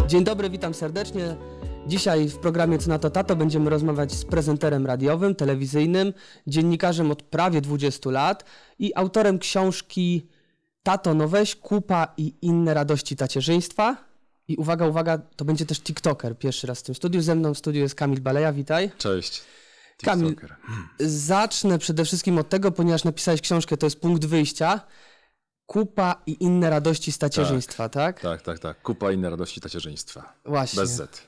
Dzień dobry, witam serdecznie. Dzisiaj w programie Co na to Tato będziemy rozmawiać z prezenterem radiowym, telewizyjnym, dziennikarzem od prawie 20 lat i autorem książki Tato, no weź, kupa i inne radości tacierzyństwa. I uwaga, uwaga, to będzie też TikToker, pierwszy raz w tym studiu. Ze mną w studiu jest Kamil Baleja, witaj. Cześć. Kamil, zacznę przede wszystkim od tego, ponieważ napisałeś książkę, to jest punkt wyjścia. Kupa i inne radości z tacierzyństwa, tak? Tak. Kupa i inne radości tacierzyństwa. Właśnie. Bez Z.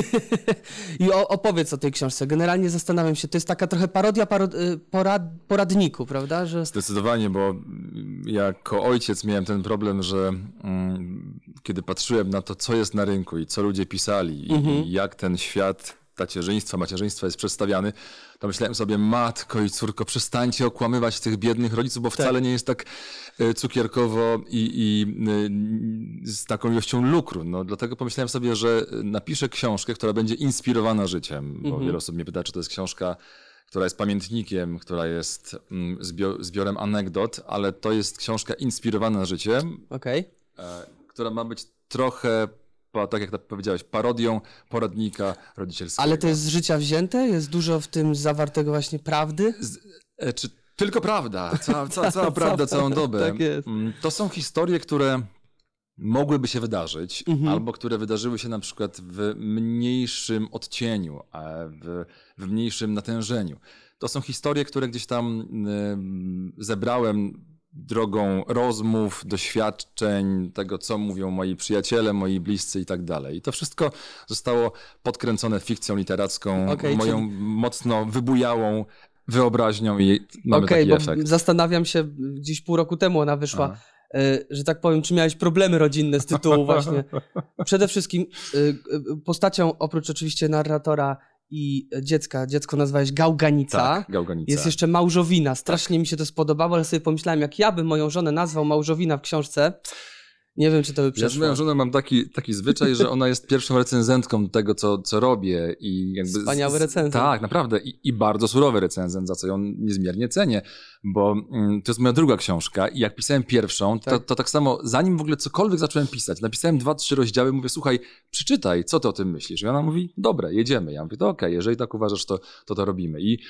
I opowiedz o tej książce. Generalnie zastanawiam się, to jest taka trochę parodia poradniku, prawda? Że... Zdecydowanie, bo jako ojciec miałem ten problem, że kiedy patrzyłem na to, co jest na rynku i co ludzie pisali i jak ten świat tacierzyństwa, macierzyństwa jest przedstawiany, to myślałem sobie, matko i córko, przestańcie okłamywać tych biednych rodziców, bo wcale nie jest tak cukierkowo i z taką ilością lukru. No, dlatego pomyślałem sobie, że napiszę książkę, która będzie inspirowana życiem, bo wiele osób mnie pyta, czy to jest książka, która jest pamiętnikiem, która jest zbiorem anegdot, ale to jest książka inspirowana życiem, która ma być trochę, tak jak powiedziałeś, parodią poradnika rodzicielskiego. Ale to jest z życia wzięte? Jest dużo w tym zawartego właśnie prawdy? Czy tylko prawda, cała prawda, całą dobę. Tak jest. To są historie, które mogłyby się wydarzyć, albo które wydarzyły się na przykład w mniejszym odcieniu, w mniejszym natężeniu. To są historie, które gdzieś tam zebrałem drogą rozmów, doświadczeń, tego co mówią moi przyjaciele, moi bliscy i tak dalej. I to wszystko zostało podkręcone fikcją literacką, moją mocno wybujałą wyobraźnią i mamy taki efekt. Zastanawiam się, gdzieś pół roku temu ona wyszła, że tak powiem, czy miałeś problemy rodzinne z tytułu właśnie. Przede wszystkim postacią, oprócz oczywiście narratora i dziecko nazwałeś Gałganica. Tak, Gałganica. Jest jeszcze Małżowina. Strasznie mi się to spodobało, ale sobie pomyślałem, jak ja bym moją żonę nazwał Małżowina w książce, nie wiem, czy to by przeszło. Ja z moją żoną mam taki zwyczaj, że ona jest pierwszą recenzentką tego, co robię. I jakby Wspaniały recenzent. Tak, naprawdę. I bardzo surowy recenzent, za co ją niezmiernie cenię, bo to jest moja druga książka i jak pisałem pierwszą, to tak samo, zanim w ogóle cokolwiek zacząłem pisać, napisałem 2-3 rozdziały, mówię, słuchaj, przeczytaj, co ty o tym myślisz? I ona mówi, dobra, jedziemy. Ja mówię, to okej, jeżeli tak uważasz, to robimy. I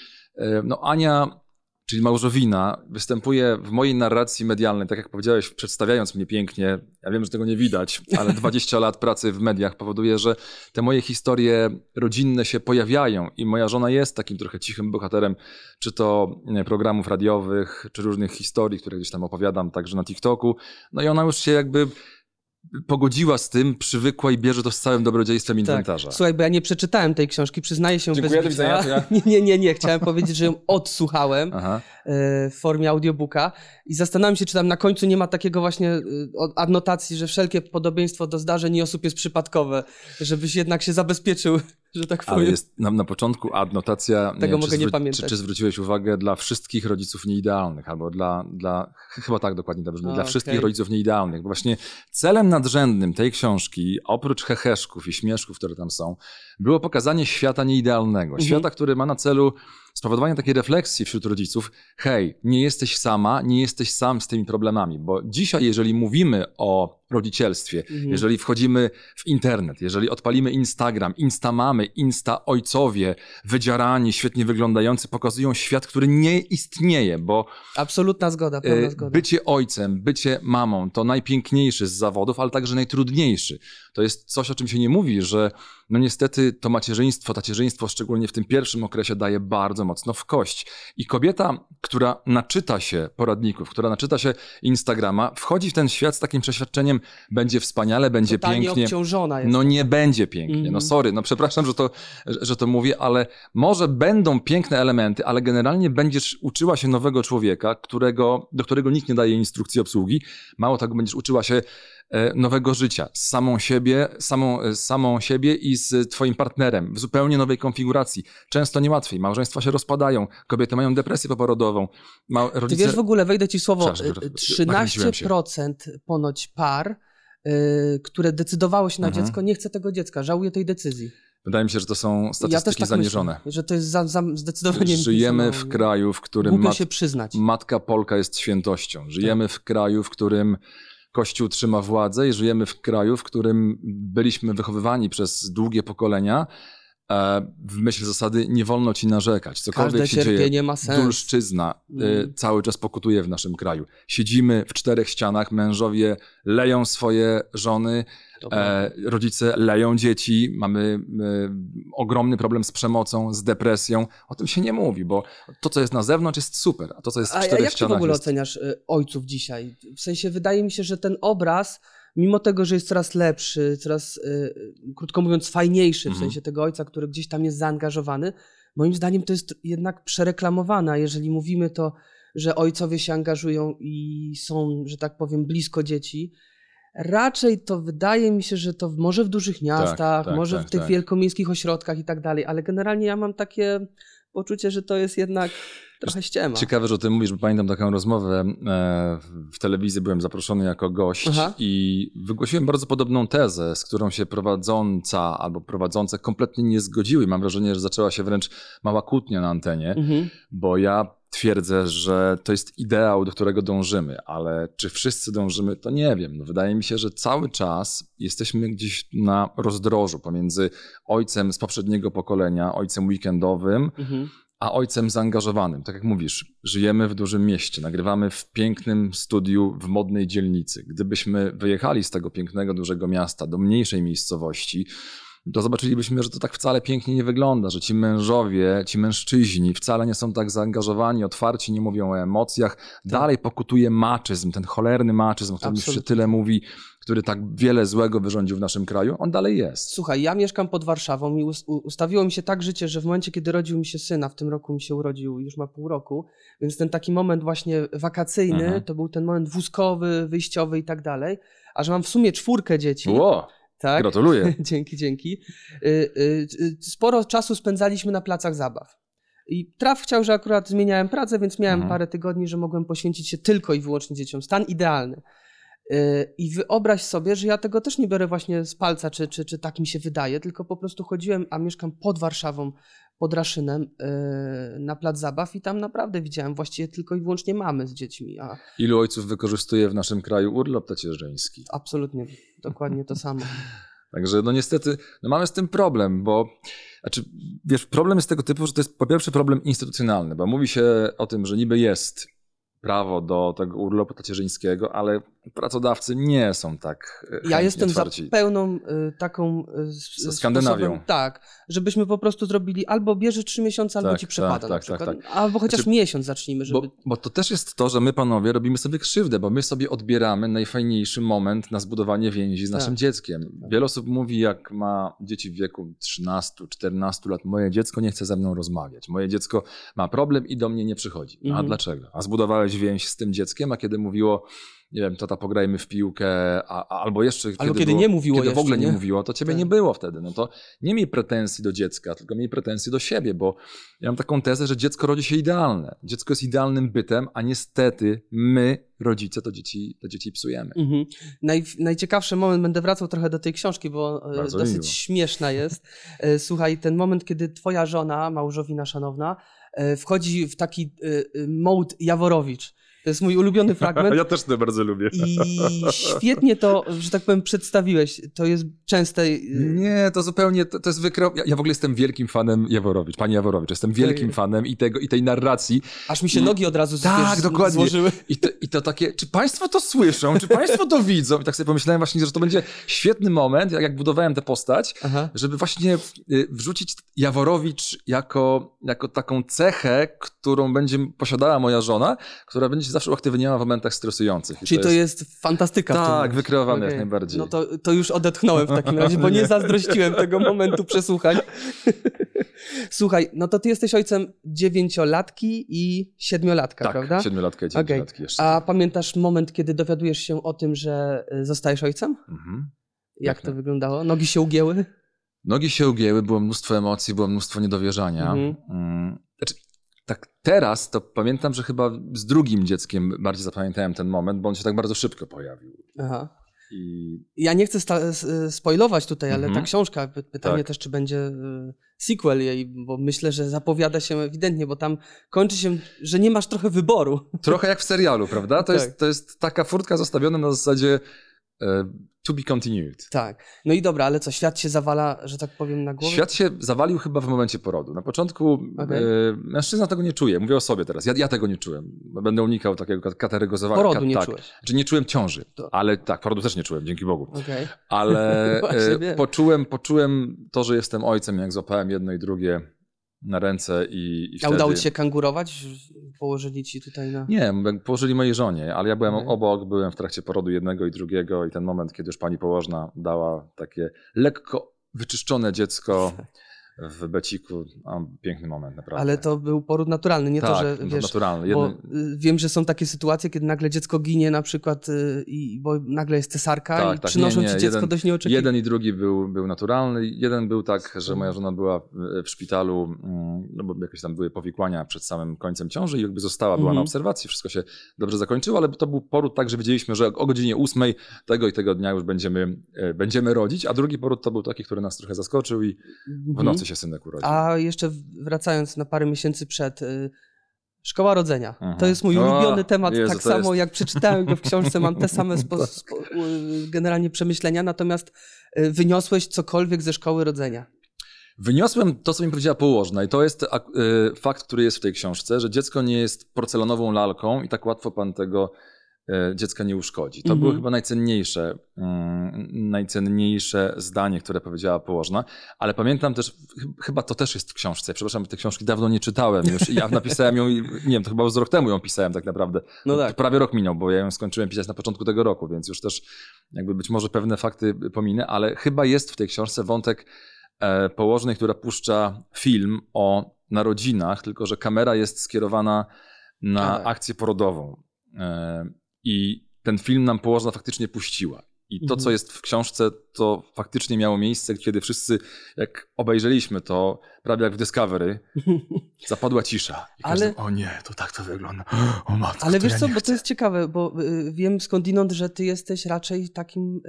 Ania, czyli Małżowina, występuje w mojej narracji medialnej, tak jak powiedziałeś, przedstawiając mnie pięknie. Ja wiem, że tego nie widać, ale 20 lat pracy w mediach powoduje, że te moje historie rodzinne się pojawiają i moja żona jest takim trochę cichym bohaterem, czy to programów radiowych, czy różnych historii, które gdzieś tam opowiadam, także na TikToku. No i ona już się jakby pogodziła z tym, przywykła i bierze to z całym dobrodziejstwem inwentarza. Tak. Słuchaj, bo ja nie przeczytałem tej książki, przyznaję się Dziękuję, bez do bicia. widzenia. Nie. Chciałem powiedzieć, że ją odsłuchałem w formie audiobooka i zastanawiam się, czy tam na końcu nie ma takiego właśnie adnotacji, że wszelkie podobieństwo do zdarzeń i osób jest przypadkowe, żebyś jednak się zabezpieczył, że tak powiem. Ale jest na początku adnotacja, tego mogę nie pamiętać. Czy zwróciłeś uwagę, dla wszystkich rodziców nieidealnych, albo chyba tak dokładnie to brzmi, dla wszystkich rodziców nieidealnych. Bo właśnie celem nadrzędnym tej książki, oprócz heheszków i śmieszków, które tam są, było pokazanie świata nieidealnego. Świata, który ma na celu spowodowanie takiej refleksji wśród rodziców, hej, nie jesteś sama, nie jesteś sam z tymi problemami, bo dzisiaj, jeżeli mówimy o rodzicielstwie, jeżeli wchodzimy w internet, jeżeli odpalimy Instagram, Instamamy, Instaojcowie, wydzierani, świetnie wyglądający, pokazują świat, który nie istnieje, bo absolutna zgoda, pełna zgoda. Bycie ojcem, bycie mamą to najpiękniejszy z zawodów, ale także najtrudniejszy. To jest coś, o czym się nie mówi, że no niestety to macierzyństwo, tacierzyństwo, szczególnie w tym pierwszym okresie, daje bardzo mocno w kość. I kobieta, która naczyta się poradników, która naczyta się Instagrama, wchodzi w ten świat z takim przeświadczeniem, będzie wspaniale, będzie totalnie pięknie. Obciążona jest. No nie będzie pięknie. No sorry, no przepraszam, że to mówię, ale może będą piękne elementy, ale generalnie będziesz uczyła się nowego człowieka, do którego nikt nie daje instrukcji obsługi. Mało tego, będziesz uczyła się nowego życia z samą siebie i z twoim partnerem w zupełnie nowej konfiguracji. Często niełatwiej. Małżeństwa się rozpadają, kobiety mają depresję poporodową. Ty wiesz, w ogóle, wejdę ci słowo, 13% ponoć par, które decydowało się na dziecko, nie chce tego dziecka, żałuje tej decyzji. Wydaje mi się, że to są statystyki zaniżone. Myślę, że to jest zdecydowanie... Żyjemy w kraju, w którym się przyznać. matka Polka jest świętością. Żyjemy w kraju, w którym Kościół trzyma władzę i żyjemy w kraju, w którym byliśmy wychowywani przez długie pokolenia w myśl zasady nie wolno ci narzekać. Cokolwiek Każde się dzieje, cierpienie ma sens. dulszczyzna cały czas pokutuje w naszym kraju. Siedzimy w 4 ścianach, mężowie leją swoje żony, rodzice leją dzieci, mamy ogromny problem z przemocą, z depresją. O tym się nie mówi, bo to, co jest na zewnątrz, jest super, a to, co jest w 4 ścianach, jak ty w ogóle jest... oceniasz ojców dzisiaj? W sensie wydaje mi się, że ten obraz, mimo tego, że jest coraz lepszy, coraz, krótko mówiąc, fajniejszy, w sensie tego ojca, który gdzieś tam jest zaangażowany, moim zdaniem to jest jednak przereklamowane. Jeżeli mówimy to, że ojcowie się angażują i są, że tak powiem, blisko dzieci, raczej to wydaje mi się, że to może w dużych miastach, może w tych wielkomiejskich ośrodkach i tak dalej, ale generalnie ja mam takie poczucie, że to jest jednak trochę ściema. Ciekawe, że o tym mówisz, bo pamiętam taką rozmowę w telewizji, byłem zaproszony jako gość i wygłosiłem bardzo podobną tezę, z którą się prowadząca albo prowadzące kompletnie nie zgodziły. Mam wrażenie, że zaczęła się wręcz mała kłótnia na antenie, bo ja twierdzę, że to jest ideał, do którego dążymy, ale czy wszyscy dążymy, to nie wiem. No, wydaje mi się, że cały czas jesteśmy gdzieś na rozdrożu pomiędzy ojcem z poprzedniego pokolenia, ojcem weekendowym, a ojcem zaangażowanym. Tak jak mówisz, żyjemy w dużym mieście, nagrywamy w pięknym studiu w modnej dzielnicy. Gdybyśmy wyjechali z tego pięknego, dużego miasta do mniejszej miejscowości, to zobaczylibyśmy, że to tak wcale pięknie nie wygląda, że ci mężowie, ci mężczyźni wcale nie są tak zaangażowani, otwarci, nie mówią o emocjach. Dalej pokutuje maczyzm, ten cholerny maczyzm, o którym już się tyle mówi, który tak wiele złego wyrządził w naszym kraju, on dalej jest. Słuchaj, ja mieszkam pod Warszawą i ustawiło mi się tak życie, że w momencie, kiedy rodził mi się syn, a w tym roku mi się urodził, już ma pół roku, więc ten taki moment właśnie wakacyjny, to był ten moment wózkowy, wyjściowy i tak dalej, a że mam w sumie 4 dzieci. Ło, tak? Gratuluję. Dzięki. Sporo czasu spędzaliśmy na placach zabaw. I traf chciał, że akurat zmieniałem pracę, więc miałem parę tygodni, że mogłem poświęcić się tylko i wyłącznie dzieciom. Stan idealny. I wyobraź sobie, że ja tego też nie biorę właśnie z palca, czy tak mi się wydaje, tylko po prostu chodziłem, a mieszkam pod Warszawą, pod Raszynem, na plac zabaw i tam naprawdę widziałem właściwie tylko i wyłącznie mamy z dziećmi. Ilu ojców wykorzystuje w naszym kraju urlop tacierzyński? Absolutnie, dokładnie to samo. Także no niestety mamy z tym problem, bo wiesz, problem jest tego typu, że to jest po pierwsze problem instytucjonalny, bo mówi się o tym, że niby jest prawo do tego urlopu tacierzyńskiego, ale pracodawcy nie są tak Ja jestem otwarci. za pełną taką Skandynawią. Sposobem, tak, żebyśmy po prostu zrobili albo bierze 3 miesiące, albo ci przepada na przykład. Albo chociaż miesiąc zacznijmy, żeby... Bo to też jest to, że my panowie robimy sobie krzywdę, bo my sobie odbieramy najfajniejszy moment na zbudowanie więzi z naszym dzieckiem. Wiele osób mówi, jak ma dzieci w wieku 13-14 lat, moje dziecko nie chce ze mną rozmawiać, moje dziecko ma problem i do mnie nie przychodzi. A dlaczego? A zbudowałeś więź z tym dzieckiem, a kiedy mówiło, nie wiem, tata, pograjmy w piłkę, albo jeszcze kiedy nie mówiło kiedy jeszcze, w ogóle nie mówiło, to ciebie nie było wtedy. No to nie miej pretensji do dziecka, tylko miej pretensji do siebie, bo ja mam taką tezę, że dziecko rodzi się idealne. Dziecko jest idealnym bytem, a niestety my, rodzice, to dzieci psujemy. Najciekawszy moment, będę wracał trochę do tej książki, bo bardzo dosyć miło. Śmieszna jest. Słuchaj, ten moment, kiedy twoja żona, Małżowina szanowna, wchodzi w taki mode Jaworowicz. To jest mój ulubiony fragment. Ja też to bardzo lubię. I świetnie to, że tak powiem, przedstawiłeś. To jest częste... Nie, to zupełnie, to jest ja w ogóle jestem wielkim fanem Jaworowicz, pani Jaworowicz. Jestem wielkim fanem i tej narracji. Aż mi się nogi od razu dokładnie. złożyły. I to takie, czy państwo to słyszą? Czy państwo to widzą? I tak sobie pomyślałem właśnie, że to będzie świetny moment, jak budowałem tę postać, żeby właśnie wrzucić Jaworowicz jako taką cechę, którą będzie posiadała moja żona, która będzie się zawsze uaktywniała w momentach stresujących. Czyli to jest fantastyka. Tak, wykreowane jak najbardziej. No to już odetchnąłem w takim razie, bo nie zazdrościłem tego momentu przesłuchań. Słuchaj, no to ty jesteś ojcem 9-latki i 7-latka, prawda? 7-latka i 9-latki jeszcze. A pamiętasz moment, kiedy dowiadujesz się o tym, że zostajesz ojcem? Jak to wyglądało? Nogi się ugięły? Nogi się ugięły, było mnóstwo emocji, było mnóstwo niedowierzania. Tak teraz to pamiętam, że chyba z drugim dzieckiem bardziej zapamiętałem ten moment, bo on się tak bardzo szybko pojawił. Ja nie chcę spoilować tutaj, ale ta książka, pytanie Tak. też, czy będzie sequel jej, bo myślę, że zapowiada się ewidentnie, bo tam kończy się, że nie masz trochę wyboru. Trochę jak w serialu, prawda? To jest taka furtka zostawiona na zasadzie to be continued. Tak. No i dobra, ale co, świat się zawala, że tak powiem, na głowę? Świat się zawalił chyba w momencie porodu. Na początku mężczyzna tego nie czuje. Mówię o sobie teraz. Ja tego nie czułem. Będę unikał takiego kategoryzowania. Porodu nie czułeś? Znaczy nie czułem ciąży, ale tak, porodu też nie czułem, dzięki Bogu. Okay. Ale poczułem to, że jestem ojcem, jak złapałem jedno i drugie na ręce i wtedy... A udało ci się kangurować? Położyli ci tutaj na... Nie, położyli mojej żonie, ale ja byłem obok, byłem w trakcie porodu jednego i drugiego i ten moment, kiedy już pani położna dała takie lekko wyczyszczone dziecko w beciku, piękny moment, naprawdę. Ale to był poród naturalny, nie tak, to, że wiesz, naturalny. Bo wiem, że są takie sytuacje, kiedy nagle dziecko ginie na przykład, bo nagle jest cesarka i przynoszą ci dziecko dość nieoczekiwane. Jeden i drugi był naturalny. Jeden był tak, że moja żona była w szpitalu, no bo jakieś tam były powikłania przed samym końcem ciąży i jakby była na obserwacji, wszystko się dobrze zakończyło, ale to był poród tak, że wiedzieliśmy, że o godzinie 8 tego i tego dnia już będziemy rodzić, a drugi poród to był taki, który nas trochę zaskoczył i w nocy się synek urodził. A jeszcze wracając na parę miesięcy przed, szkoła rodzenia. To jest mój ulubiony temat, Jezu, tak samo jak przeczytałem go w książce, mam te same generalnie przemyślenia, natomiast wyniosłeś cokolwiek ze szkoły rodzenia. Wyniosłem to, co mi powiedziała położna i to jest fakt, który jest w tej książce, że dziecko nie jest porcelanową lalką i tak łatwo pan tego dziecka nie uszkodzi. To było chyba najcenniejsze zdanie, które powiedziała położna, ale pamiętam też, chyba to też jest w książce, przepraszam, te książki dawno nie czytałem już i ja napisałem ją, nie wiem, to chyba już rok temu ją pisałem tak naprawdę. No tak. Prawie rok minął, bo ja ją skończyłem pisać na początku tego roku, więc już też jakby być może pewne fakty pominę, ale chyba jest w tej książce wątek położnej, która puszcza film o narodzinach, tylko że kamera jest skierowana na akcję porodową. I ten film nam położna faktycznie puściła. I to, co jest w książce, to faktycznie miało miejsce, kiedy wszyscy, jak obejrzeliśmy to, prawie jak w Discovery, zapadła cisza. I każdy, o nie, to tak to wygląda. O matko, ale wiesz co, bo to jest ciekawe, bo wiem skądinąd, że ty jesteś raczej takim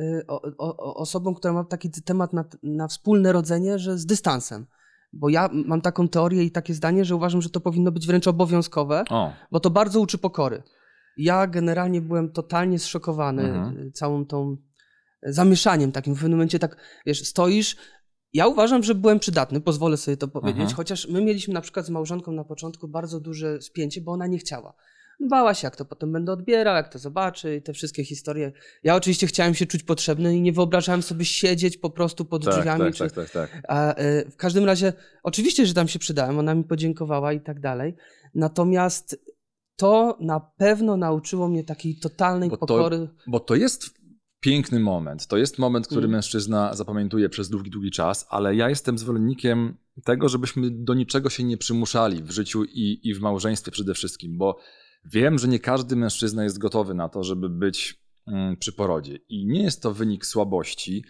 osobą, która ma taki temat na wspólne rodzenie, że z dystansem. Bo ja mam taką teorię i takie zdanie, że uważam, że to powinno być wręcz obowiązkowe, bo to bardzo uczy pokory. Ja generalnie byłem totalnie zszokowany całą tą zamieszaniem takim. W pewnym momencie tak, wiesz, stoisz. Ja uważam, że byłem przydatny, pozwolę sobie to powiedzieć, chociaż my mieliśmy na przykład z małżonką na początku bardzo duże spięcie, bo ona nie chciała. Bała się, jak to potem będę odbierał, jak to zobaczy i te wszystkie historie. Ja oczywiście chciałem się czuć potrzebny i nie wyobrażałem sobie siedzieć po prostu pod drzwiami. Tak. A w każdym razie, oczywiście, że tam się przydałem, ona mi podziękowała i tak dalej. Natomiast to na pewno nauczyło mnie takiej totalnej pokory. Bo to jest piękny moment. To jest moment, który mężczyzna zapamiętuje przez długi, długi czas, ale ja jestem zwolennikiem tego, żebyśmy do niczego się nie przymuszali w życiu i w małżeństwie przede wszystkim, bo wiem, że nie każdy mężczyzna jest gotowy na to, żeby być przy porodzie. I nie jest to wynik słabości,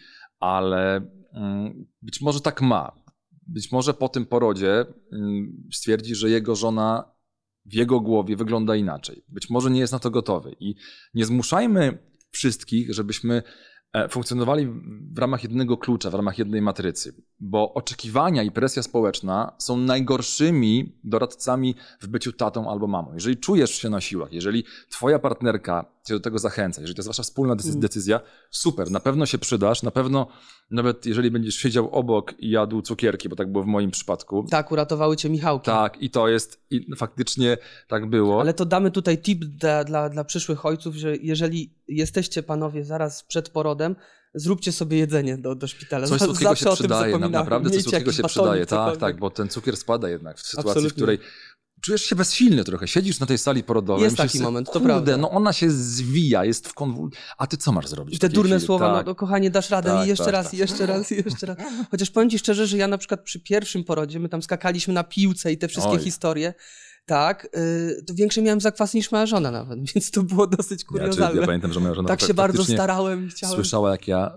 ale być może tak ma. Być może po tym porodzie stwierdzi, że jego żona w jego głowie wygląda inaczej. Być może nie jest na to gotowy. I nie zmuszajmy wszystkich, żebyśmy funkcjonowali w ramach jednego klucza, w ramach jednej matrycy, bo oczekiwania i presja społeczna są najgorszymi doradcami w byciu tatą albo mamą. Jeżeli czujesz się na siłach, jeżeli twoja partnerka cię do tego zachęca, jeżeli to jest wasza wspólna decyzja, super, na pewno się przydasz, na pewno nawet jeżeli będziesz siedział obok i jadł cukierki, bo tak było w moim przypadku. Tak, uratowały cię Michałki. Tak, i to jest, i faktycznie tak było. Ale to damy tutaj tip dla przyszłych ojców, że jeżeli jesteście panowie zaraz przed porodem, zróbcie sobie jedzenie do szpitala. Coś słodkiego się przydaje, naprawdę coś Miejcie słodkiego się przydaje. Tak, bo ten cukier spada jednak w sytuacji, w której czujesz się bezsilny trochę. Siedzisz na tej sali porodowej. Jest taki moment, to prawda. No ona się zwija, jest w a ty co masz zrobić? I te durne chwili? słowa, tak. no kochanie, dasz radę i jeszcze raz. Chociaż powiem ci szczerze, że ja na przykład przy pierwszym porodzie, my tam skakaliśmy na piłce i te wszystkie historie, tak, to większe miałem zakwasy niż moja żona nawet, więc to było dosyć kuriozalne. Ja pamiętam, że moja żona tak się bardzo starałem i chciałem. Słyszała, jak ja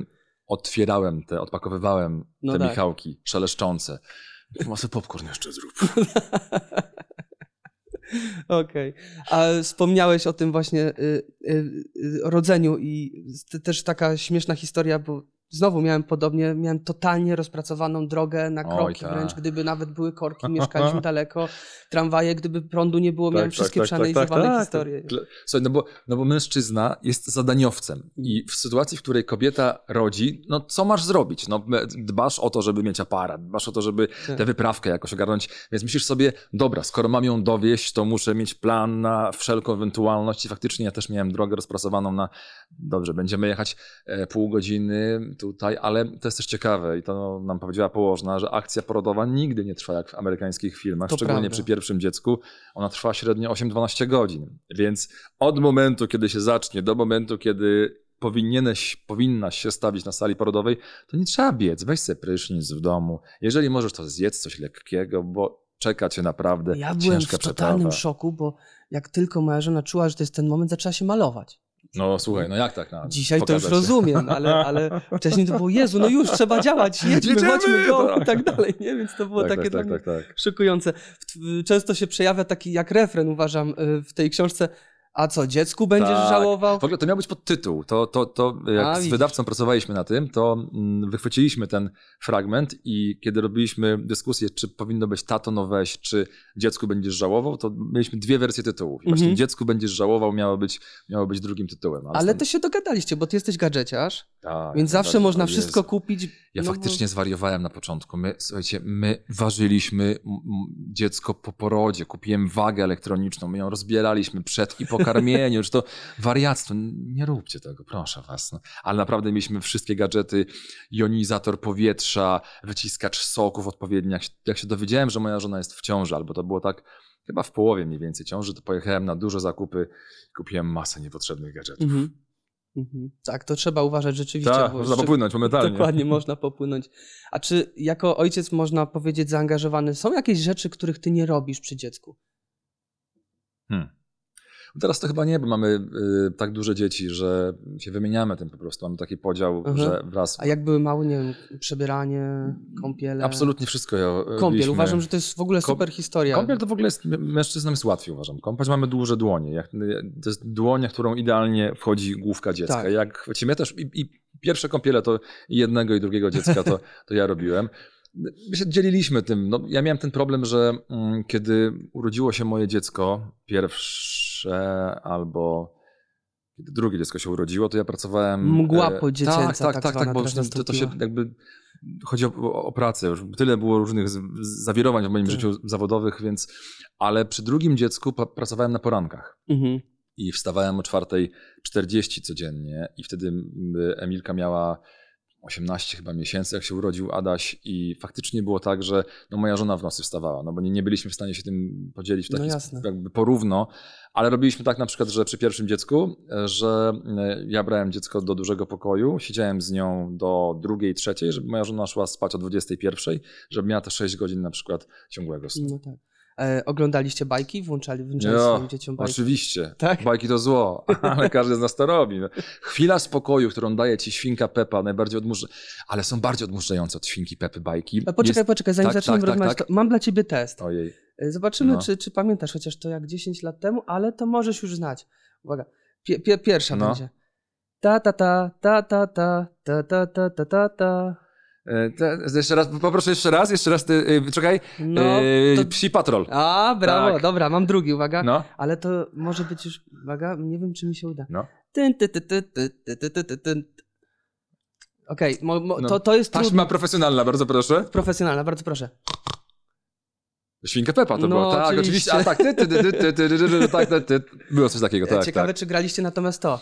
odpakowywałem te Michałki szeleszczące. Chyba sobie popcorn jeszcze zrób. Okej. A wspomniałeś o tym właśnie rodzeniu i też taka śmieszna historia, bo znowu miałem podobnie, miałem totalnie rozpracowaną drogę na kroki wręcz, gdyby nawet były korki, mieszkaliśmy daleko, tramwaje, gdyby prądu nie było, miałem wszystkie przeanalizowane historie. Słuchaj, no bo mężczyzna jest zadaniowcem i w sytuacji, w której kobieta rodzi, no co masz zrobić? No dbasz o to, żeby mieć aparat, dbasz o to, żeby tę wyprawkę jakoś ogarnąć, więc myślisz sobie, dobra, skoro mam ją dowieść, to muszę mieć plan na wszelką ewentualność i faktycznie ja też miałem drogę rozpracowaną na, dobrze, będziemy jechać pół godziny tutaj, ale to jest też ciekawe i to nam powiedziała położna, że akcja porodowa nigdy nie trwa jak w amerykańskich filmach, To szczególnie prawda. przy pierwszym dziecku, ona trwa średnio 8-12 godzin, więc od momentu, kiedy się zacznie, do momentu, kiedy powinnaś się stawić na sali porodowej, to nie trzeba biec, weź sobie prysznic w domu, jeżeli możesz, to zjedz coś lekkiego, bo czeka cię naprawdę Ja byłem ciężka w totalnym przeprawa. szoku, bo jak tylko moja żona czuła, że to jest ten moment, zaczęła się malować. No słuchaj, no jak tak? No, Dzisiaj to już pokazać się. rozumiem, ale wcześniej to było, Jezu, no już trzeba działać, jedźmy, Jedziemy, chodźmy go tak. i tak dalej, nie? Więc to było takie dla mnie tak. szokujące. Często się przejawia taki jak refren, uważam, w tej książce. A co, dziecku będziesz Tak. żałował? W ogóle to miał być podtytuł. To jak z widzisz. wydawcą pracowaliśmy na tym, to wychwyciliśmy ten fragment i kiedy robiliśmy dyskusję, czy powinno być tato, no weź, czy dziecku będziesz żałował, to mieliśmy dwie wersje tytułów. I właśnie dziecku będziesz żałował miało być drugim tytułem. Ale to się dogadaliście, bo ty jesteś gadżeciarz, tak, więc zawsze tak, można o wszystko Jezu. kupić. Ja no faktycznie zwariowałem na początku. Słuchajcie, my ważyliśmy dziecko po porodzie, kupiłem wagę elektroniczną, my ją rozbieraliśmy przed i po karmieniu, że to wariactwo. Nie róbcie tego, proszę was. No. Ale naprawdę mieliśmy wszystkie gadżety, jonizator powietrza, wyciskacz soków odpowiedni. Jak się dowiedziałem, że moja żona jest w ciąży, albo to było tak chyba w połowie mniej więcej ciąży, to pojechałem na duże zakupy, kupiłem masę niepotrzebnych gadżetów. Tak, to trzeba uważać rzeczywiście. Tak, bo można popłynąć momentalnie. Dokładnie, można popłynąć. A czy jako ojciec, można powiedzieć, zaangażowany, są jakieś rzeczy, których ty nie robisz przy dziecku? Teraz to chyba nie, bo mamy tak duże dzieci, że się wymieniamy tym po prostu. Mamy taki podział, że wraz... A jak były małe, nie wiem, przebieranie, kąpiele? Absolutnie wszystko Kąpiel, robiliśmy. uważam, że to jest w ogóle super historia. Kąpiel to w ogóle jest, mężczyznom jest łatwiej, uważam. Kąpać mamy duże dłonie. To jest dłoń, w którą idealnie wchodzi główka dziecka. Tak. Jak ja też i pierwsze kąpiele to i jednego i drugiego dziecka to ja robiłem. My się dzieliliśmy tym. No, ja miałem ten problem, że kiedy urodziło się moje dziecko, pierwsze albo kiedy drugie dziecko się urodziło, to ja pracowałem... Mgła podziecięca Tak, bo to się jakby... Chodzi o pracę. Już tyle było różnych zawirowań w moim życiu zawodowych, więc... Ale przy drugim dziecku pracowałem na porankach. I wstawałem o 4:40 codziennie i wtedy Emilka miała 18 chyba miesięcy, jak się urodził Adaś i faktycznie było tak, że no moja żona w nocy wstawała, no bo nie byliśmy w stanie się tym podzielić w taki jakby porówno, ale robiliśmy tak na przykład, że przy pierwszym dziecku, że ja brałem dziecko do dużego pokoju, siedziałem z nią do 2:00, 3:00, żeby moja żona szła spać o 21:00, żeby miała te 6 godzin na przykład ciągłego snu. No tak. Oglądaliście bajki? Włączali swoim dzieciom bajki? Oczywiście. Tak? Bajki to zło, ale każdy z nas to robi. No. Chwila spokoju, którą daje ci świnka Peppa, najbardziej ale są bardziej odmurzające od świnki Peppy bajki. A poczekaj, zanim zaczniemy rozmawiać, to mam dla ciebie test. Ojej. Zobaczymy, czy pamiętasz, chociaż to jak 10 lat temu, ale to możesz już znać. Uwaga, pierwsza będzie. Ta ta ta ta ta ta ta ta ta ta ta ta. Jeszcze raz, poproszę jeszcze raz, czekaj. No, Psi Patrol. A, brawo, tak. Dobra, mam drugi, uwaga. No. Ale to może być już, uwaga, nie wiem, czy mi się uda. No. Okej, to jest Taśma trudne. profesjonalna, bardzo proszę. Profesjonalna, bardzo proszę. Świnka Peppa to było, tak, oczywiście. A tak, było coś takiego, tak. Ciekawe, czy graliście natomiast to.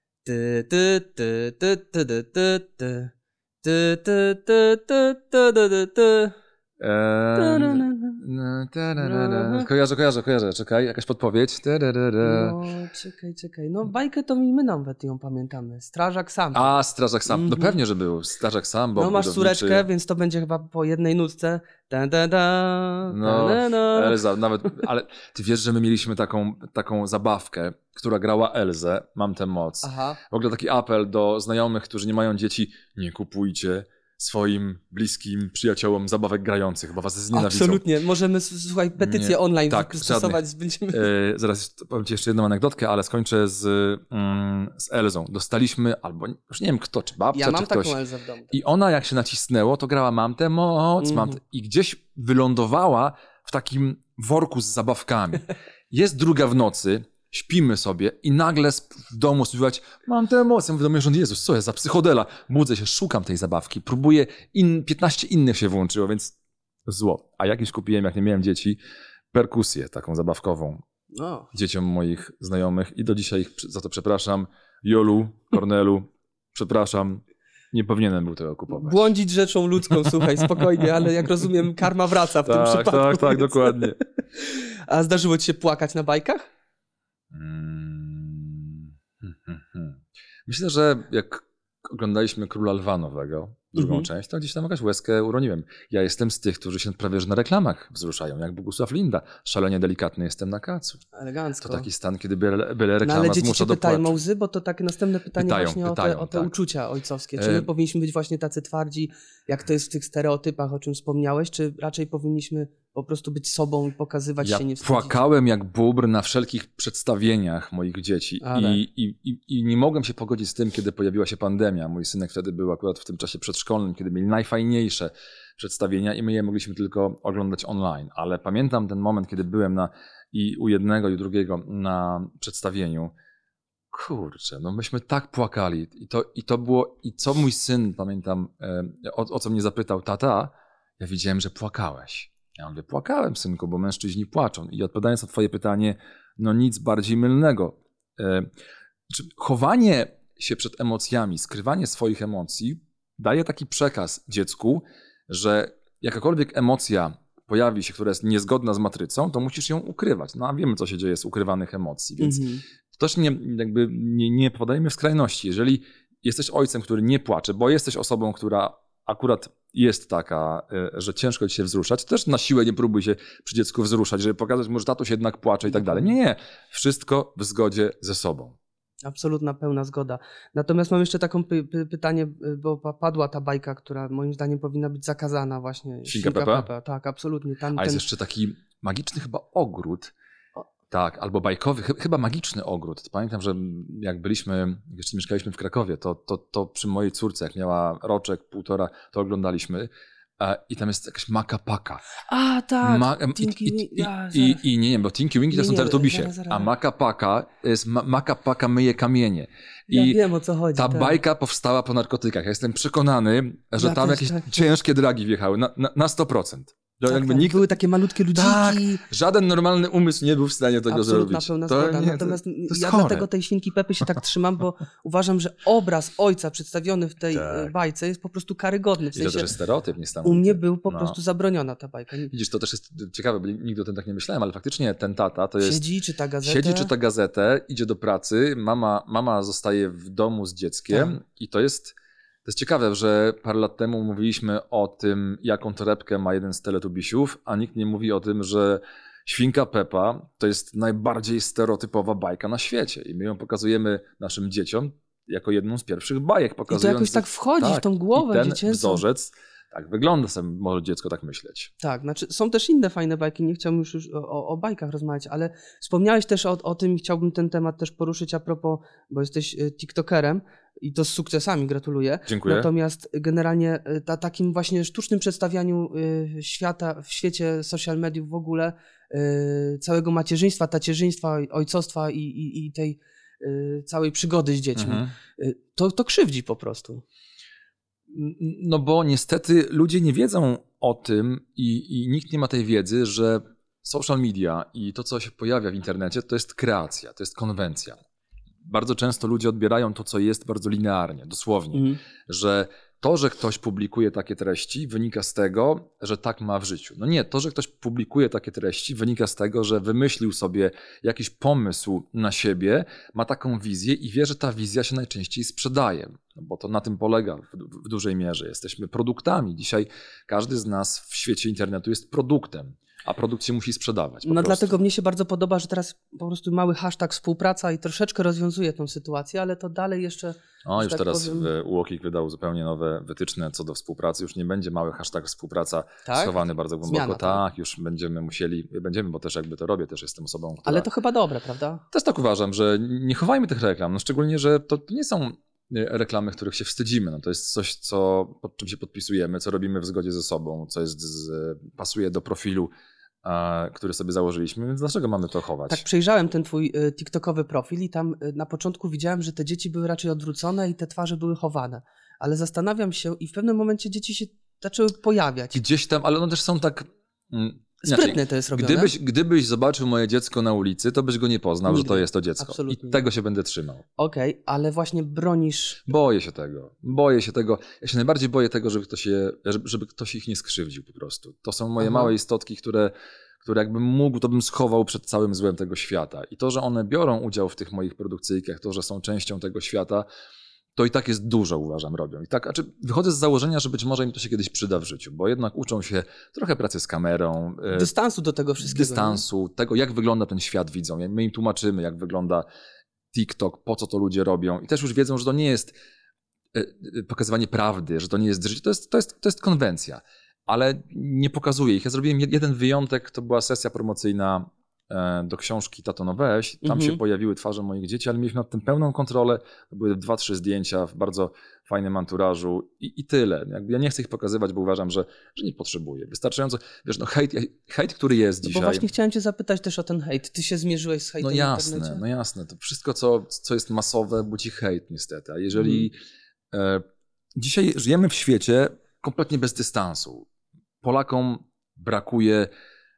Kojarzę, czekaj, jakaś podpowiedź. No, czekaj. No, bajkę to my nawet ją pamiętamy. Strażak Sam. A, Strażak Sam. No pewnie, że był. Strażak Sam, bo no masz córeczkę, więc to będzie chyba po jednej nutce. Elza, nawet, ale ty wiesz, że my mieliśmy taką zabawkę, która grała Elzę, Mam tę moc. Aha. W ogóle taki apel do znajomych, którzy nie mają dzieci, nie kupujcie swoim bliskim przyjaciołom zabawek grających, bo was znienawidzą. Absolutnie. Możemy, słuchaj, petycję online stosować. Zaraz powiem ci jeszcze jedną anegdotkę, ale skończę z Elzą. Dostaliśmy, albo już nie wiem kto, czy babcia, ja mam czy ktoś. taką Elzę w domu. I ona jak się nacisnęło, to grała mam tę moc, i gdzieś wylądowała w takim worku z zabawkami. Jest 2 w nocy, śpimy sobie i nagle w domu słychać mam tę moc. Ja mówię do mnie, że Jezus, co jest za psychodela? Budzę się, szukam tej zabawki, próbuję, 15 innych się włączyło, więc zło. A jakieś kupiłem, jak nie miałem dzieci, perkusję taką zabawkową dzieciom moich znajomych i do dzisiaj ich za to przepraszam. Jolu, Kornelu, przepraszam. Nie powinienem był tego kupować. Błądzić rzeczą ludzką, słuchaj, spokojnie, ale jak rozumiem, karma wraca w tym przypadku. Tak, dokładnie. A zdarzyło ci się płakać na bajkach? Myślę, że jak oglądaliśmy Króla Lwa nowego, drugą część, to gdzieś tam jakaś łezkę uroniłem. Ja jestem z tych, którzy się prawie że na reklamach wzruszają, jak Bogusław Linda. Szalenie delikatny jestem na kacu. Elegancko. To taki stan, kiedy byle reklama ale dzieci zmusza cię do pytają płaczu. o łzy, bo to takie następne pytanie o te tak. uczucia ojcowskie. Czy my powinniśmy być właśnie tacy twardzi, jak to jest w tych stereotypach, o czym wspomniałeś, czy raczej powinniśmy po prostu być sobą i pokazywać się, nie wstydzić? Płakałem jak bóbr na wszelkich przedstawieniach moich dzieci i nie mogłem się pogodzić z tym, kiedy pojawiła się pandemia. Mój synek wtedy był akurat w tym czasie przedszkolnym, kiedy mieli najfajniejsze przedstawienia i my je mogliśmy tylko oglądać online. Ale pamiętam ten moment, kiedy byłem i u jednego i u drugiego na przedstawieniu. Kurczę, no myśmy tak płakali i to było, i co mój syn, pamiętam, o co mnie zapytał, tata, ja widziałem, że płakałeś. Ja mówię, płakałem, synku, bo mężczyźni płaczą. I odpowiadając na twoje pytanie, no nic bardziej mylnego. Chowanie się przed emocjami, skrywanie swoich emocji daje taki przekaz dziecku, że jakakolwiek emocja pojawi się, która jest niezgodna z matrycą, to musisz ją ukrywać. No a wiemy, co się dzieje z ukrywanych emocji, więc to też nie podajemy w skrajności. Jeżeli jesteś ojcem, który nie płacze, bo jesteś osobą, która akurat jest taka, że ciężko ci się wzruszać, to też na siłę nie próbuj się przy dziecku wzruszać, żeby pokazać mu, że tatuś jednak płacze i tak dalej. Nie. Wszystko w zgodzie ze sobą. Absolutna, pełna zgoda. Natomiast mam jeszcze taką pytanie, bo padła ta bajka, która moim zdaniem powinna być zakazana właśnie. Świnka Pepa? Tak, absolutnie. A jest jeszcze taki magiczny chyba ogród. Tak, albo bajkowy, chyba magiczny ogród. Pamiętam, że jak jeszcze mieszkaliśmy w Krakowie, to przy mojej córce, jak miała roczek, 1,5, to oglądaliśmy. I tam jest jakaś Maka Paka. A, tak. Nie, bo Tinky Winky to są Teletubbisie. A Maka Paka jest Maka Paka myje kamienie. Ja wiem, o co chodzi. Ta bajka powstała po narkotykach. Ja jestem przekonany, że tam jakieś ciężkie dragi wjechały na 100%. Były takie malutkie ludziki. Tak, żaden normalny umysł nie był w stanie tego zrobić. Absolutna pełna zgoda. Natomiast ja dlatego tej Świnki Pepy się tak trzymam, bo uważam, że obraz ojca przedstawiony w tej bajce jest po prostu karygodny. W sensie, to też jest stereotyp niesamowity. U mnie był po prostu zabroniona ta bajka. Widzisz, to też jest ciekawe, bo nigdy o tym tak nie myślałem, ale faktycznie ten tata to jest... Siedzi, czyta gazetę, idzie do pracy, mama zostaje w domu z dzieckiem i to jest ciekawe, że parę lat temu mówiliśmy o tym, jaką torebkę ma jeden z teletubisiów, a nikt nie mówi o tym, że Świnka Pepa to jest najbardziej stereotypowa bajka na świecie i my ją pokazujemy naszym dzieciom jako jedną z pierwszych bajek pokazujących. I to jakoś tak wchodzi w tą głowę dziecięcą. Ten wzorzec tak wygląda, sobie może dziecko tak myśleć. Tak, znaczy są też inne fajne bajki, nie chciałbym już o bajkach rozmawiać, ale wspomniałeś też o tym i chciałbym ten temat też poruszyć a propos, bo jesteś tiktokerem i to z sukcesami, gratuluję. Dziękuję. Natomiast generalnie takim właśnie sztucznym przedstawianiu świata, w świecie social mediów w ogóle, całego macierzyństwa, tacierzyństwa, ojcostwa i tej całej przygody z dziećmi, to krzywdzi po prostu. No bo niestety ludzie nie wiedzą o tym i nikt nie ma tej wiedzy, że social media i to, co się pojawia w internecie, to jest kreacja, to jest konwencja. Bardzo często ludzie odbierają to, co jest, bardzo linearnie, dosłownie, że to, że ktoś publikuje takie treści, wynika z tego, że tak ma w życiu. No nie, to, że ktoś publikuje takie treści, wynika z tego, że wymyślił sobie jakiś pomysł na siebie, ma taką wizję i wie, że ta wizja się najczęściej sprzedaje. No bo to na tym polega w dużej mierze. Jesteśmy produktami. Dzisiaj każdy z nas w świecie internetu jest produktem. a produkt się musi sprzedawać. No dlatego mnie się bardzo podoba, że teraz po prostu mały hashtag współpraca i troszeczkę rozwiązuje tą sytuację, ale to dalej jeszcze... Już tak teraz powiem... UOKiK wydał zupełnie nowe wytyczne co do współpracy. Już nie będzie mały hashtag współpraca tak? schowany bardzo głęboko. Zmiana, tak, już będziemy, bo też jakby to robię, też jestem osobą, która... Ale to chyba dobre, prawda? Też tak uważam, że nie chowajmy tych reklam, no szczególnie, że to nie są reklamy, których się wstydzimy. No to jest coś, pod czym się podpisujemy, co robimy w zgodzie ze sobą, co pasuje do profilu, który sobie założyliśmy, więc dlaczego mamy to chować? Tak, przejrzałem ten twój TikTokowy profil i tam na początku widziałem, że te dzieci były raczej odwrócone i te twarze były chowane. Ale zastanawiam się i w pewnym momencie dzieci się zaczęły pojawiać. Gdzieś tam, ale one też są tak... Sprytnie to jest robione. Gdybyś zobaczył moje dziecko na ulicy, to byś go nie poznał, Nigdy. że to jest to dziecko. Absolutnie. I tego się będę trzymał. Okej, ale właśnie bronisz... Boję się tego. Ja się najbardziej boję tego, żeby ktoś ich nie skrzywdził po prostu. To są moje małe istotki, które jakbym mógł, to bym schował przed całym złem tego świata. I to, że one biorą udział w tych moich produkcyjkach, to, że są częścią tego świata, to i tak jest dużo, uważam, robią. I tak, znaczy wychodzę z założenia, że być może im to się kiedyś przyda w życiu, bo jednak uczą się trochę pracy z kamerą. Dystansu do tego wszystkiego. Dystansu, tego jak wygląda ten świat widzą. My im tłumaczymy, jak wygląda TikTok, po co to ludzie robią. I też już wiedzą, że to nie jest pokazywanie prawdy, że to nie jest życie, to jest konwencja. Ale nie pokazuję ich. Ja zrobiłem jeden wyjątek, to była sesja promocyjna do książki Tato no weź. Tam się pojawiły twarze moich dzieci, ale mieliśmy nad tym pełną kontrolę. To były 2-3 zdjęcia w bardzo fajnym anturażu i tyle. Jakby ja nie chcę ich pokazywać, bo uważam, że nie potrzebuję. Wystarczająco, wiesz, no hejt, który jest dzisiaj. Bo właśnie chciałem cię zapytać też o ten hejt. Ty się zmierzyłeś z hejtem w internecie? No jasne. To wszystko, co jest masowe, budzi hejt niestety. A jeżeli dzisiaj żyjemy w świecie kompletnie bez dystansu. Polakom brakuje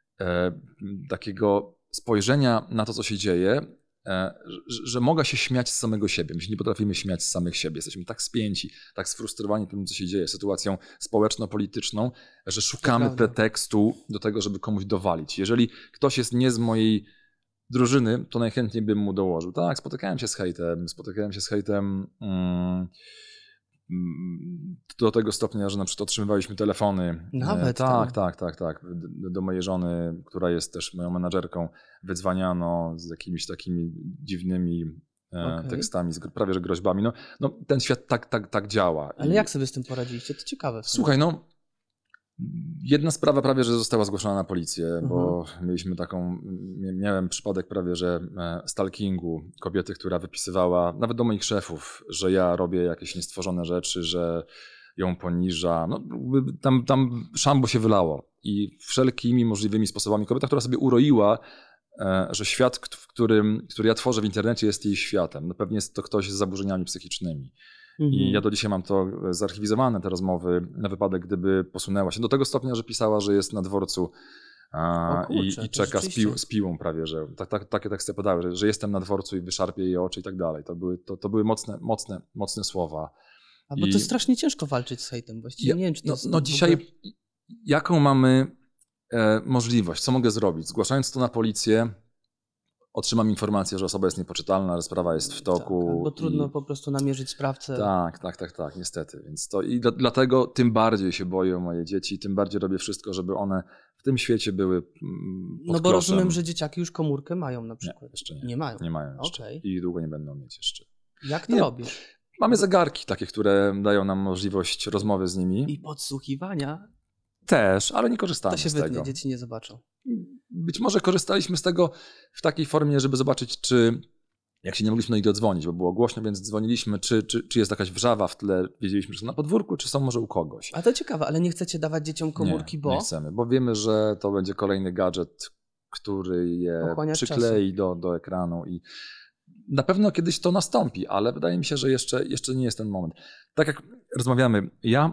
takiego spojrzenia na to, co się dzieje, że mogę się śmiać z samego siebie. My się nie potrafimy śmiać z samych siebie. Jesteśmy tak spięci, tak sfrustrowani tym, co się dzieje, sytuacją społeczno-polityczną, że szukamy pretekstu do tego, żeby komuś dowalić. Jeżeli ktoś jest nie z mojej drużyny, to najchętniej bym mu dołożył. Tak, spotykałem się z hejtem do tego stopnia, że na przykład otrzymywaliśmy telefony. Nawet tak. Do mojej żony, która jest też moją menadżerką, wydzwaniano z jakimiś takimi dziwnymi tekstami, prawie że groźbami. No, ten świat tak działa. Ale jak sobie z tym poradziliście? To ciekawe. Słuchaj, jedna sprawa prawie, że została zgłoszona na policję, bo miałem przypadek prawie, że stalkingu kobiety, która wypisywała nawet do moich szefów, że ja robię jakieś niestworzone rzeczy, że ją poniża. No, tam szambo się wylało i wszelkimi możliwymi sposobami. Kobieta, która sobie uroiła, że świat, który ja tworzę w internecie, jest jej światem. No pewnie jest to ktoś z zaburzeniami psychicznymi. I ja do dzisiaj mam to zarchiwizowane, te rozmowy, na wypadek, gdyby posunęła się do tego stopnia, że pisała, że jest na dworcu i czeka z piłą prawie, że takie teksty podały, że jestem na dworcu i wyszarpię jej oczy i tak dalej. To były mocne słowa. Bo to strasznie ciężko walczyć z hejtem. Właściwie nie wiem, czy to jest dzisiaj jaką mamy możliwość, co mogę zrobić? Zgłaszając to na policję, otrzymam informację, że osoba jest niepoczytalna, że sprawa jest w toku. Tak, bo trudno po prostu namierzyć sprawcę. Tak, niestety. Więc dlatego tym bardziej się boję o moje dzieci, tym bardziej robię wszystko, żeby one w tym świecie były pod No bo rozumiem, że dzieciaki już komórkę mają na przykład. Nie, jeszcze nie. Nie mają. Nie mają jeszcze. Okay. I długo nie będą mieć jeszcze. Jak to robisz? Mamy zegarki takie, które dają nam możliwość rozmowy z nimi. I podsłuchiwania. Też, ale nie korzystamy z tego. To się wytnie, dzieci nie zobaczą. Być może korzystaliśmy z tego w takiej formie, żeby zobaczyć, czy jak się nie mogliśmy do nich dodzwonić, bo było głośno, więc dzwoniliśmy, czy jest jakaś wrzawa w tle, wiedzieliśmy, że są na podwórku, czy są może u kogoś. A to ciekawe, ale nie chcecie dawać dzieciom komórki, bo... Nie chcemy, bo wiemy, że to będzie kolejny gadżet, który je przyklei do ekranu i na pewno kiedyś to nastąpi, ale wydaje mi się, że jeszcze nie jest ten moment. Tak jak rozmawiamy, ja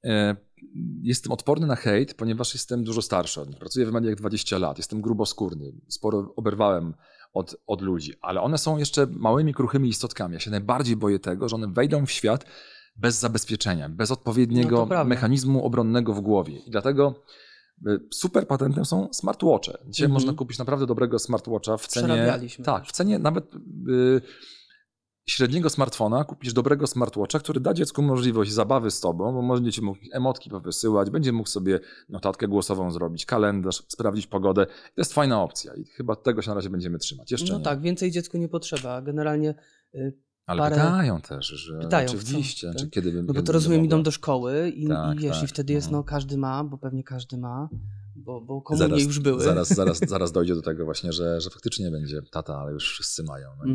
jestem odporny na hejt, ponieważ jestem dużo starszy od nich. Pracuję w mediach 20 lat, jestem gruboskórny, sporo oberwałem od ludzi, ale one są jeszcze małymi, kruchymi istotkami. Ja się najbardziej boję tego, że one wejdą w świat bez zabezpieczenia, bez odpowiedniego mechanizmu obronnego w głowie. I dlatego super patentem są smartwatche. Dzisiaj można kupić naprawdę dobrego smartwatcha w cenie... Przerabialiśmy. Tak, w cenie nawet średniego smartfona kupisz dobrego smartwatcha, który da dziecku możliwość zabawy z tobą, bo będzie mógł emotki powysyłać, będzie mógł sobie notatkę głosową zrobić, kalendarz, sprawdzić pogodę. To jest fajna opcja i chyba tego się na razie będziemy trzymać. Jeszcze No nie. tak, więcej dziecku nie potrzeba. Generalnie Ale pytają też, że oczywiście, co? czy kiedy No bo to rozumiem, idą do szkoły i wiesz, i wtedy jest, każdy ma, bo pewnie każdy ma, bo komunie już były. Zaraz dojdzie do tego właśnie, że faktycznie będzie tata, ale już wszyscy mają. No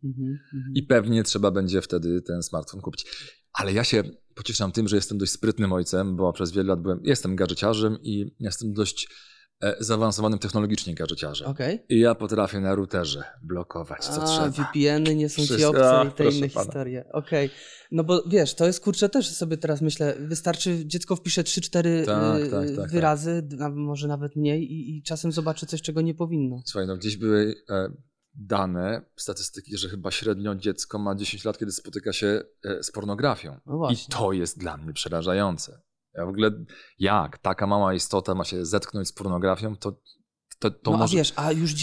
i pewnie trzeba będzie wtedy ten smartfon kupić. Ale ja się pocieszam tym, że jestem dość sprytnym ojcem, bo przez wiele lat jestem gadżeciarzem i jestem dość zaawansowanym technologicznie gadżeciarzem. Okay. I ja potrafię na routerze blokować, co trzeba. VPN-y nie są ci obce i te inne historie. Okej. No bo wiesz, to jest kurczę też sobie teraz myślę, wystarczy dziecko wpisze 3-4 wyrazy, może nawet mniej i czasem zobaczy coś, czego nie powinno. Słuchaj, no gdzieś były dane, statystyki, że chyba średnio dziecko ma 10 lat, kiedy spotyka się z pornografią. No i to jest dla mnie przerażające. Ja w ogóle, jak taka mała istota ma się zetknąć z pornografią, to może... A wiesz, a już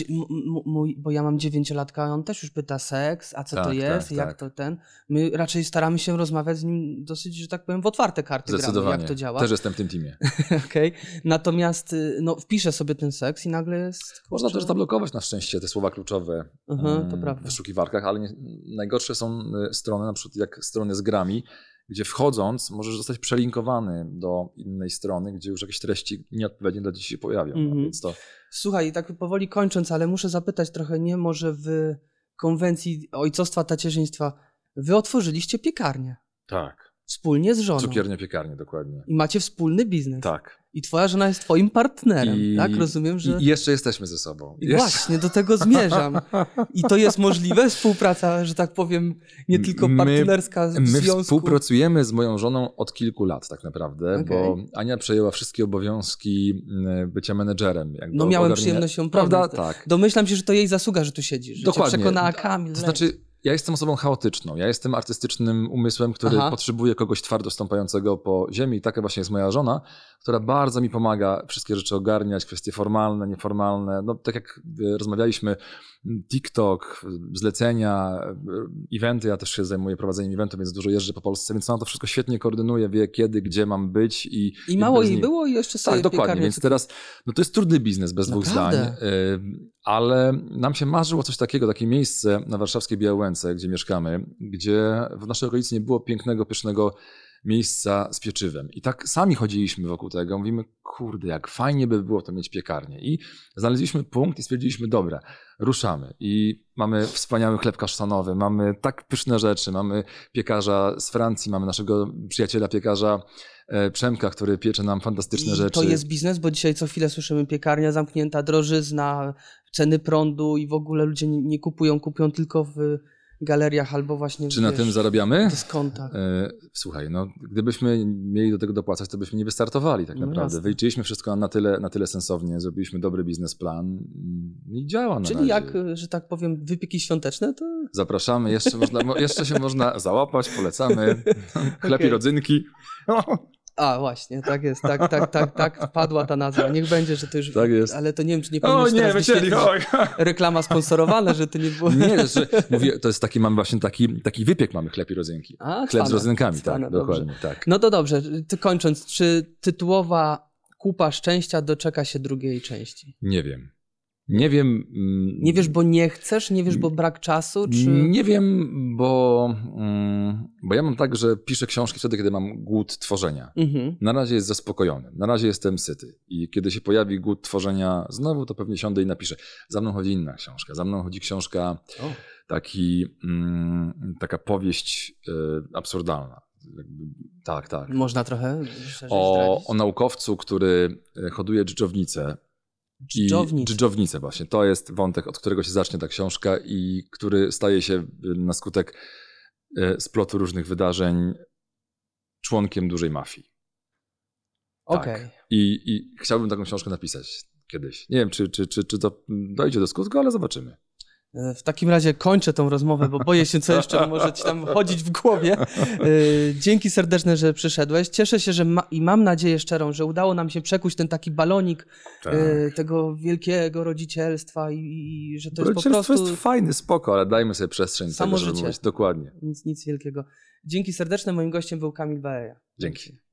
bo ja mam 9-latka, on też już pyta seks, a co to jest, jak to ten. My raczej staramy się rozmawiać z nim dosyć, że tak powiem, w otwarte karty gramy, jak to działa. Też jestem w tym teamie. Okej. Natomiast wpiszę sobie ten seks i nagle jest... Można też zablokować na szczęście te słowa kluczowe w wyszukiwarkach, ale najgorsze są strony, na przykład jak strony z grami, gdzie wchodząc możesz zostać przelinkowany do innej strony, gdzie już jakieś treści nieodpowiednie dla dzieci się pojawią. Więc to... Słuchaj, tak powoli kończąc, ale muszę zapytać trochę, może w konwencji ojcostwa, tacierzyństwa wy otworzyliście piekarnię. Tak. Wspólnie z żoną. Cukiernię, piekarnię, dokładnie. I macie wspólny biznes. Tak. I twoja żona jest twoim partnerem, tak? Rozumiem, że... I jeszcze jesteśmy ze sobą. Właśnie, do tego zmierzam. I to jest możliwe? Współpraca, że tak powiem, nie tylko partnerska w związku? My współpracujemy z moją żoną od kilku lat tak naprawdę, bo Ania przejęła wszystkie obowiązki bycia menedżerem. Miałem przyjemność ją poznać. Prawda? Tak. Domyślam się, że to jej zasługa, że tu siedzisz. Że dokładnie. Cię przekonała Kamil. To znaczy... Ja jestem osobą chaotyczną. Ja jestem artystycznym umysłem, który potrzebuje kogoś twardo stąpającego po ziemi. I taka właśnie jest moja żona, która bardzo mi pomaga wszystkie rzeczy ogarniać, kwestie formalne, nieformalne. No tak jak rozmawialiśmy, TikTok, zlecenia, eventy. Ja też się zajmuję prowadzeniem eventów, więc dużo jeżdżę po Polsce, więc ona to wszystko świetnie koordynuje, wie kiedy, gdzie mam być. I mało jej było i jeszcze sobie tak, dokładnie, więc teraz to jest trudny biznes bez dwóch zdań. Ale nam się marzyło coś takiego, takie miejsce na warszawskiej Białęce, gdzie mieszkamy, gdzie w naszej okolicy nie było pięknego, pysznego miejsca z pieczywem. I tak sami chodziliśmy wokół tego, mówimy, kurde, jak fajnie by było to mieć piekarnię. I znaleźliśmy punkt i stwierdziliśmy, dobra, ruszamy. I mamy wspaniały chleb kasztanowy, mamy tak pyszne rzeczy, mamy piekarza z Francji, mamy naszego przyjaciela piekarza Przemka, który piecze nam fantastyczne rzeczy. To jest biznes, bo dzisiaj co chwilę słyszymy piekarnia zamknięta, drożyzna, ceny prądu i w ogóle ludzie nie kupują tylko w galeriach albo właśnie Czy na tym zarabiamy? Dyskontach. Słuchaj, gdybyśmy mieli do tego dopłacać, to byśmy nie wystartowali tak naprawdę. Jasne. Wyliczyliśmy wszystko na tyle sensownie, zrobiliśmy dobry biznesplan i działa na Czyli razie. jak, że tak powiem, wypieki świąteczne, to... Zapraszamy, jeszcze się można załapać, polecamy. Chleb i rodzynki. A, właśnie, tak jest, tak, padła ta nazwa. Niech będzie, że to już... Tak jest. Ale to nie wiem, czy nie powinieneś teraz wyświetlić reklama sponsorowana, że to nie było... Nie, mówię, to jest mamy właśnie taki wypiek mamy, chleb i rodzynki. Chleb z rodzynkami, tak, dokładnie. Tak. No to dobrze, kończąc, czy tytułowa Kupa Szczęścia doczeka się drugiej części? Nie wiem. Nie wiem. Nie wiesz, bo nie chcesz? Nie wiesz, bo brak czasu? Czy... Nie wiem, bo ja mam tak, że piszę książki wtedy, kiedy mam głód tworzenia. Na razie jest zaspokojony, na razie jestem syty. I kiedy się pojawi głód tworzenia znowu, to pewnie siądę i napiszę. Za mną chodzi inna książka. Za mną chodzi książka, taka powieść absurdalna. Tak. Można trochę o naukowcu, który hoduje dżdżownicę. Dżdżownice właśnie. To jest wątek, od którego się zacznie ta książka i który staje się na skutek splotu różnych wydarzeń członkiem dużej mafii. Okej. Tak. I chciałbym taką książkę napisać kiedyś. Nie wiem, czy to dojdzie do skutku, ale zobaczymy. W takim razie kończę tą rozmowę, bo boję się, co jeszcze może ci tam chodzić w głowie. Dzięki serdeczne, że przyszedłeś. Cieszę się, że i mam nadzieję szczerą, że udało nam się przekuć ten taki balonik tego wielkiego rodzicielstwa i że to jest po prostu... jest fajny, spoko, ale dajmy sobie przestrzeń samo tego, żeby życie. mówić. Dokładnie. Nic wielkiego. Dzięki serdeczne. Moim gościem był Kamil Baeja. Dzięki.